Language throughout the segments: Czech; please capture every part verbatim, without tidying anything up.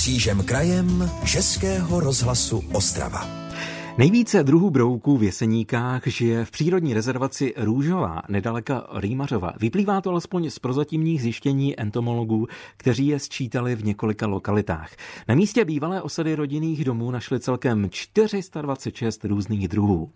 Křížem krajem Českého rozhlasu Ostrava. Nejvíce druhů brouků v Jeseníkách žije v přírodní rezervaci Růžová, nedaleka Rýmařova. Vyplývá to alespoň z prozatímních zjištění entomologů, kteří je sčítali v několika lokalitách. Na místě bývalé osady rodinných domů našli celkem čtyři sta dvacet šest různých druhů.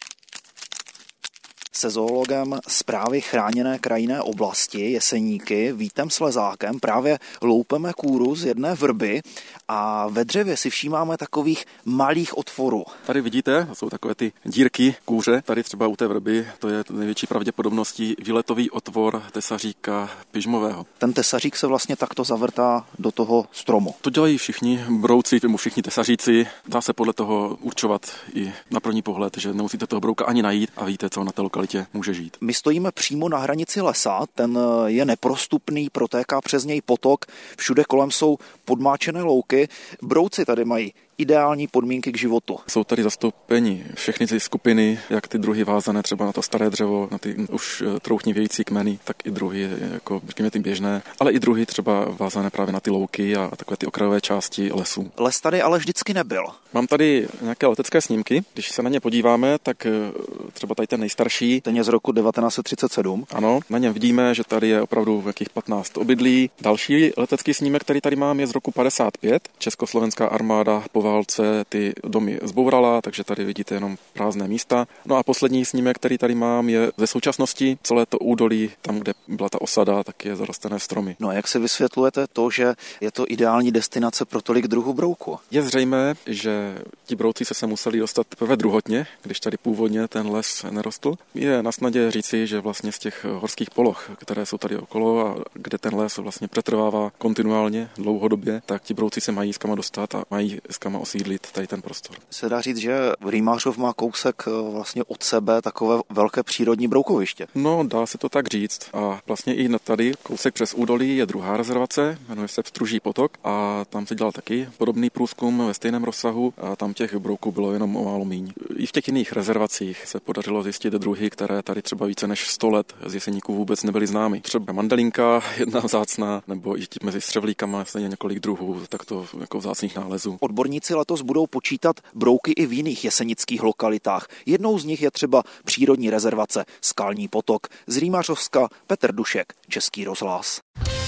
Se zoologem Správy chráněné krajinné oblasti Jeseníky Vítem Slezákem právě loupeme kůru z jedné vrby a ve dřevě si všímáme takových malých otvorů. Tady vidíte, to jsou takové ty dírky kůře. Tady třeba u té vrby to je největší pravděpodobností výletový otvor tesaříka pyžmového. Ten tesařík se vlastně takto zavrtá do toho stromu. To dělají všichni brouci, všichni tesaříci. Dá se podle toho určovat i na první pohled, že nemusíte toho brouka ani najít a víte, co na té lokalitě může žít. My stojíme přímo na hranici lesa, ten je neprostupný, protéká přes něj potok, všude kolem jsou podmáčené louky. Brouci tady mají ideální podmínky k životu. Jsou tady zastoupeni všechny ty skupiny, jak ty druhy vázané třeba na to staré dřevo, na ty už trouchnivějící kmeny, tak i druhy, jako řekněme ty běžné, ale i druhy třeba vázané právě na ty louky a takové ty okrajové části lesů. Les tady ale vždycky nebyl. Mám tady nějaké letecké snímky, když se na ně podíváme, tak třeba tady ten nejstarší. Ten je z roku devatenáct set třicet sedm. Ano, na něm vidíme, že tady je opravdu jakých patnáct obydlí. Další letecký snímek, který tady mám, je z roku padesát pět. Československá armáda po válce ty domy zbourala, takže tady vidíte jenom prázdné místa. No a poslední snímek, který tady mám, je ze současnosti. Celé to údolí, tam, kde byla ta osada, tak je zarostlé stromy. No a jak si vysvětlujete to, že je to ideální destinace pro tolik druhů brouku? Je zřejmé, že ti brouci se, se museli dostat teprve druhotně, když tady původně ten les nerostl. Je na snadě říci, že vlastně z těch horských poloh, které jsou tady okolo a kde ten les vlastně přetrvává kontinuálně dlouhodobě, tak ti brouci se mají s kama dostat a mají s kama osídlit tady ten prostor. Se dá říct, že Rýmařov má kousek vlastně od sebe takové velké přírodní broukoviště. No, dá se to tak říct. A vlastně i tady kousek přes údolí je druhá rezervace, jmenuje se Pstruží potok a tam se dělal taky podobný průzkum ve stejném rozsahu a tam těch brouků bylo jenom o málo míň. I v těch jiných rezervacích se podařilo zjistit druhy, které tady třeba více než sto let z Jeseníků vůbec nebyly známy. Třeba mandelinka, jedna vzácná, nebo i mezi střevlíkama stejně několik druhů takto jako vzácných nálezů. Odborníci letos budou počítat brouky i v jiných jesenických lokalitách. Jednou z nich je třeba přírodní rezervace Skalní potok. Z Rýmařovska Petr Dušek, Český rozhlas.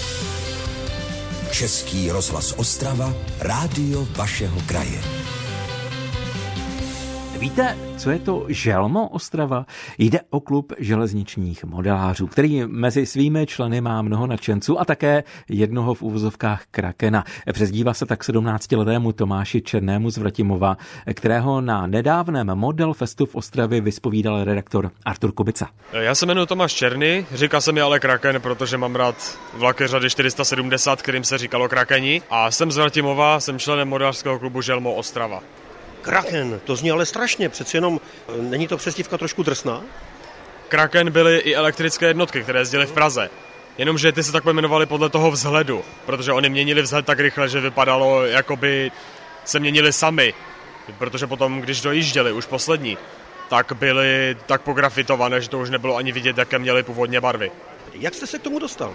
Český rozhlas Ostrava, rádio vašeho kraje. Víte, co je to Želmo Ostrava? Jde o klub železničních modelářů, který mezi svými členy má mnoho nadšenců a také jednoho v úvozovkách krakena. Přezdívá se tak sedmnáctiletému Tomáši Černému z Vratimova, kterého na nedávném Model Festu v Ostravě vyspovídal redaktor Artur Kubica. Já se jmenuji Tomáš Černý, říká se mi ale kraken, protože mám rád vlaky řady čtyři sta sedmdesát, kterým se říkalo krakeni, a jsem z Vratimova, jsem členem modelářského klubu Želmo Ostrava. Kraken, to zní ale strašně, přeci jenom není to přezdívka trošku drsná? Kraken byly i elektrické jednotky, které jezdily v Praze. Jenomže ty se tak pojmenovaly podle toho vzhledu, protože oni měnili vzhled tak rychle, že vypadalo, jako by se měnili sami. Protože potom, když dojížděli, už poslední, tak byly tak pografitované, že to už nebylo ani vidět, jaké měly původně barvy. Jak jste se k tomu dostal?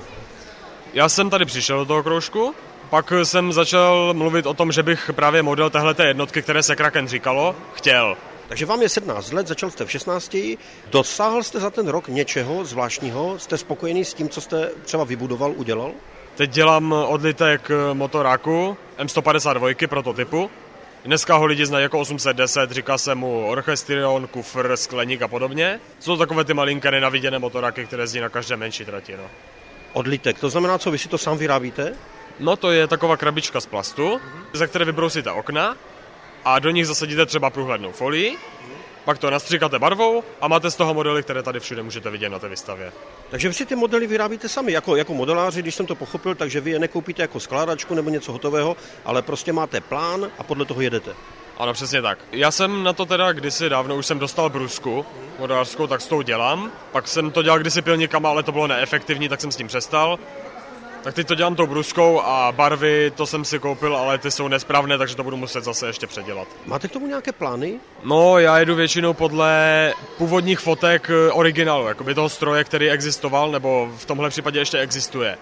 Já jsem tady přišel do toho kroužku, pak jsem začal mluvit o tom, že bych právě model téhleté jednotky, které se Kraken říkalo, chtěl. Takže vám je sedmnáct let, začal jste v šestnácti. Dosáhl jste za ten rok něčeho zvláštního? Jste spokojený s tím, co jste třeba vybudoval, udělal? Teď dělám odlitek motoráku M sto padesát dva prototypu. Dneska ho lidi znají jako osm set deset, říká se mu orchestrion, kufr, skleník a podobně. Jsou to takové ty malinké nenaviděné motoráky, které jezdí na každé menší trati. No. Odlitek, to znamená, co vy si to sám vyrábíte? No to je taková krabička z plastu, mm-hmm. za které vybrousíte okna a do nich zasadíte třeba průhlednou folii, mm-hmm. pak to nastříkáte barvou a máte z toho modely, které tady všude můžete vidět na té výstavě. Takže vy si ty modely vyrábíte sami, jako, jako modeláři, když jsem to pochopil, takže vy je nekoupíte jako skládačku nebo něco hotového, ale prostě máte plán a podle toho jedete. Ano, přesně tak. Já jsem na to teda kdysi dávno, už jsem dostal brusku modelářskou, tak s tou dělám. Pak jsem to dělal kdysi pilníkama, ale to bylo neefektivní, tak jsem s tím přestal. Tak teď to dělám tou bruskou a barvy, to jsem si koupil, ale ty jsou nesprávné, takže to budu muset zase ještě předělat. Máte k tomu nějaké plány? No, já jedu většinou podle původních fotek originálu, jakoby toho stroje, který existoval, nebo v tomhle případě ještě existuje.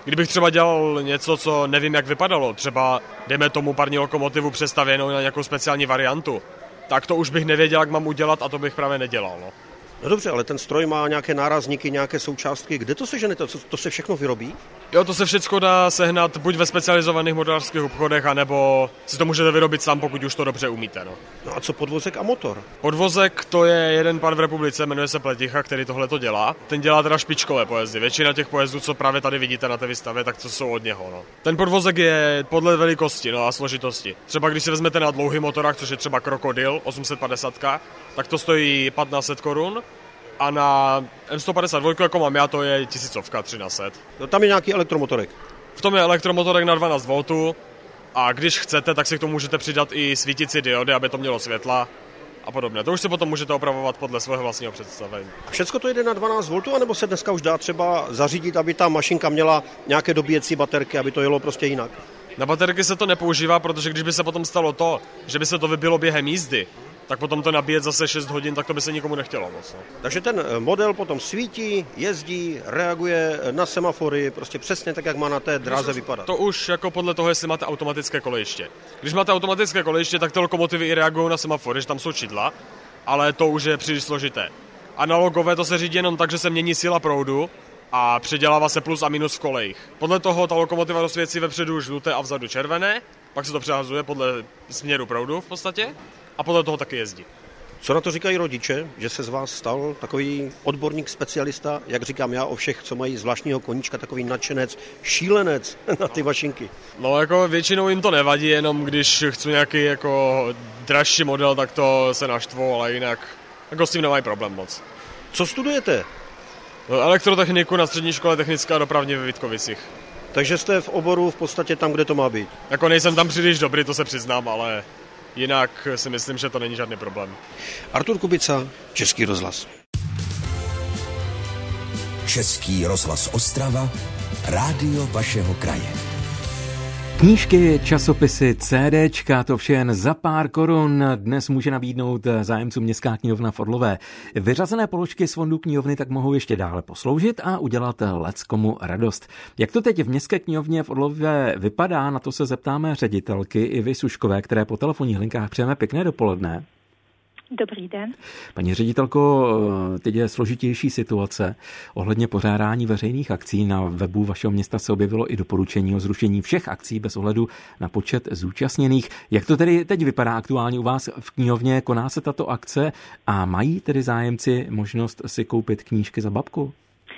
Kdybych třeba dělal něco, co nevím, jak vypadalo, třeba dejme tomu parní lokomotivu přestavěnou na nějakou speciální variantu, tak to už bych nevěděl, jak mám udělat a to bych právě nedělal. No. No dobře, ale ten stroj má nějaké nárazníky, nějaké součástky. Kde to seženete? To, to se všechno vyrobí? Jo, to se všechno dá sehnat buď ve specializovaných modelářských obchodech, anebo si to můžete vyrobit sám, pokud už to dobře umíte. No, no a co podvozek a motor? Podvozek to je jeden pán v republice, jmenuje se Pleticha, který tohle to dělá. Ten dělá teda špičkové pojezdy. Většina těch pojezdů, co právě tady vidíte na té výstavě, tak to jsou od něho. No. Ten podvozek je podle velikosti no, a složitosti. Třeba když si vezmete na dlouhý motorách, což je třeba Krokodil osm set padesát, tak to stojí patnáct set korun. A na M sto padesát dva, jako mám já, to je tisícovka, třináct set. No, tam je nějaký elektromotorek. V tom je elektromotorek na dvanáct voltů a když chcete, tak si k tomu můžete přidat i svítící diody, aby to mělo světla a podobně. To už si potom můžete opravovat podle svého vlastního představení. Všecko to jde na dvanáct voltů, anebo se dneska už dá třeba zařídit, aby ta mašinka měla nějaké dobíjecí baterky, aby to jelo prostě jinak? Na baterky se to nepoužívá, protože když by se potom stalo to, že by se to vybilo během jízdy, tak potom to nabíjet zase šest hodin, tak to by se nikomu nechtělo moc. No. Takže ten model potom svítí, jezdí, reaguje na semafory, prostě přesně tak, jak má na té dráze vypadat. To už jako podle toho, jestli máte automatické kolejiště. Když máte automatické kolejiště, tak ty lokomotivy i reagují na semafory, že tam jsou čidla, ale to už je příliš složité. Analogové to se řídí jenom tak, že se mění síla proudu a předělává se plus a minus v kolejích. Podle toho ta lokomotiva rozsvěcí vepředu žluté a vzadu červené, pak se to přehazuje podle směru proudu v podstatě. A podle toho taky jezdí. Co na to říkají rodiče, že se z vás stal takový odborník, specialista, jak říkám já o všech, co mají zvláštního koníčka, takový nadšenec, šílenec na ty mašinky? No jako většinou jim to nevadí, jenom když chci nějaký jako dražší model, tak to se naštvou, ale jinak jako s tím nemají problém moc. Co studujete? No, elektrotechniku na střední škole technická a dopravní ve Vítkovicích. Takže jste v oboru v podstatě tam, kde to má být? Jako nejsem tam příliš dobrý, to se přiznám, ale jinak si myslím, že to není žádný problém. Artur Kubica, Český rozhlas. Český rozhlas Ostrava, rádio vašeho kraje. Knížky, časopisy, CDčka, to vše jen za pár korun dnes může nabídnout zájemcům Městská knihovna v Orlové. Vyřazené položky z fondu knihovny tak mohou ještě dále posloužit a udělat leckomu radost. Jak to teď v Městské knihovně v Orlové vypadá, na to se zeptáme ředitelky Ivy Suškové, které po telefonních linkách přejeme pěkné dopoledne. Dobrý den. Paní ředitelko, teď je složitější situace. Ohledně pořádání veřejných akcí na webu vašeho města se objevilo i doporučení o zrušení všech akcí bez ohledu na počet zúčastněných. Jak to tedy teď vypadá aktuálně u vás v knihovně? Koná se tato akce a mají tedy zájemci možnost si koupit knížky za babku?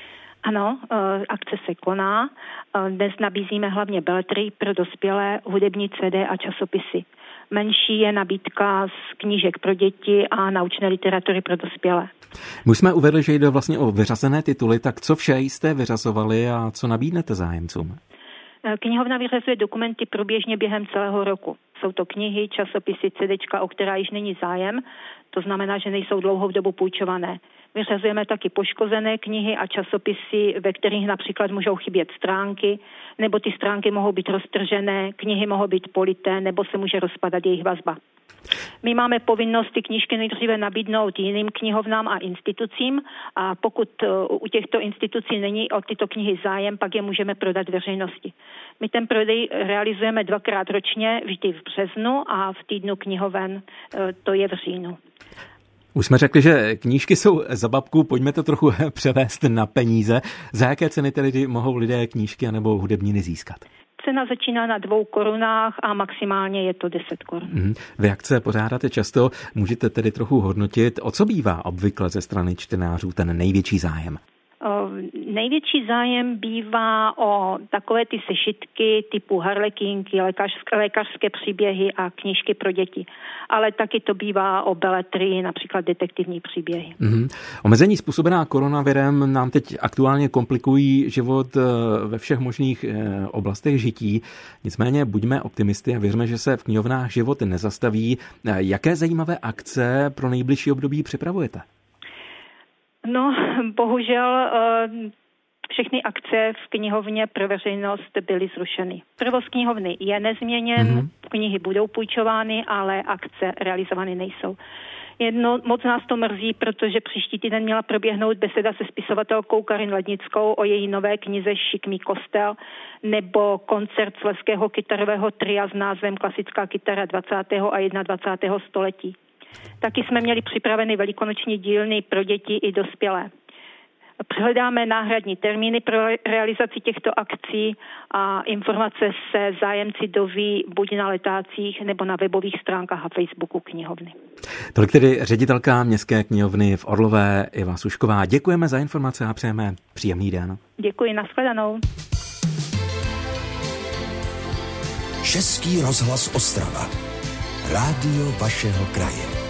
Ano, akce se koná. Dnes nabízíme hlavně beletrii pro dospělé, hudební C D a časopisy. Menší je nabídka z knížek pro děti a naučné literatury pro dospělé. My jsme uvedli, že jde vlastně o vyřazené tituly, tak co vše jste vyřazovali a co nabídnete zájemcům? Knihovna vyřazuje dokumenty průběžně během celého roku. Jsou to knihy, časopisy, CDčka, o která již není zájem, to znamená, že nejsou dlouhou dobu půjčované. Vyřazujeme taky poškozené knihy a časopisy, ve kterých například můžou chybět stránky, nebo ty stránky mohou být roztržené, knihy mohou být polité, nebo se může rozpadat jejich vazba. My máme povinnost ty knížky nejdříve nabídnout jiným knihovnám a institucím a pokud u těchto institucí není o tyto knihy zájem, pak je můžeme prodat veřejnosti. My ten prodej realizujeme dvakrát ročně, vždy v březnu a v týdnu knihoven, to je v říjnu. Už jsme řekli, že knížky jsou za babku, pojďme to trochu převést na peníze. Za jaké ceny tedy mohou lidé knížky anebo hudebniny získat? Cena začíná na dvou korunách a maximálně je to deset korun. Mm, vy akce pořádáte často, můžete tedy trochu hodnotit, o co bývá obvykle ze strany čtenářů ten největší zájem? O, největší zájem bývá o takové ty sešitky typu harlekínky, lékařské, lékařské příběhy a knížky pro děti. Ale taky to bývá o beletrii, například detektivní příběhy. Mm-hmm. Omezení způsobená koronavirem nám teď aktuálně komplikují život ve všech možných oblastech žití. Nicméně buďme optimisty a věřme, že se v knihovnách život nezastaví. Jaké zajímavé akce pro nejbližší období připravujete? No, bohužel všechny akce v knihovně pro veřejnost byly zrušeny. Provoz knihovny je nezměněn, mm-hmm. knihy budou půjčovány, ale akce realizovány nejsou. Jedno, moc nás to mrzí, protože příští týden měla proběhnout beseda se spisovatelkou Karin Lednickou o její nové knize Šikmý kostel nebo koncert slezského kytarového tria s názvem Klasická kytara dvacátého a jednadvacátého století. Taky jsme měli připraveny velikonoční dílny pro děti i dospělé. Přehledáme náhradní termíny pro realizaci těchto akcí a informace se zájemci doví buď na letácích nebo na webových stránkách a Facebooku knihovny. Tolik tedy ředitelka Městské knihovny v Orlové Iva Sušková. Děkujeme za informace a přejeme příjemný den. Děkuji, nashledanou. Český rozhlas Ostrava. Rádio vašeho kraje.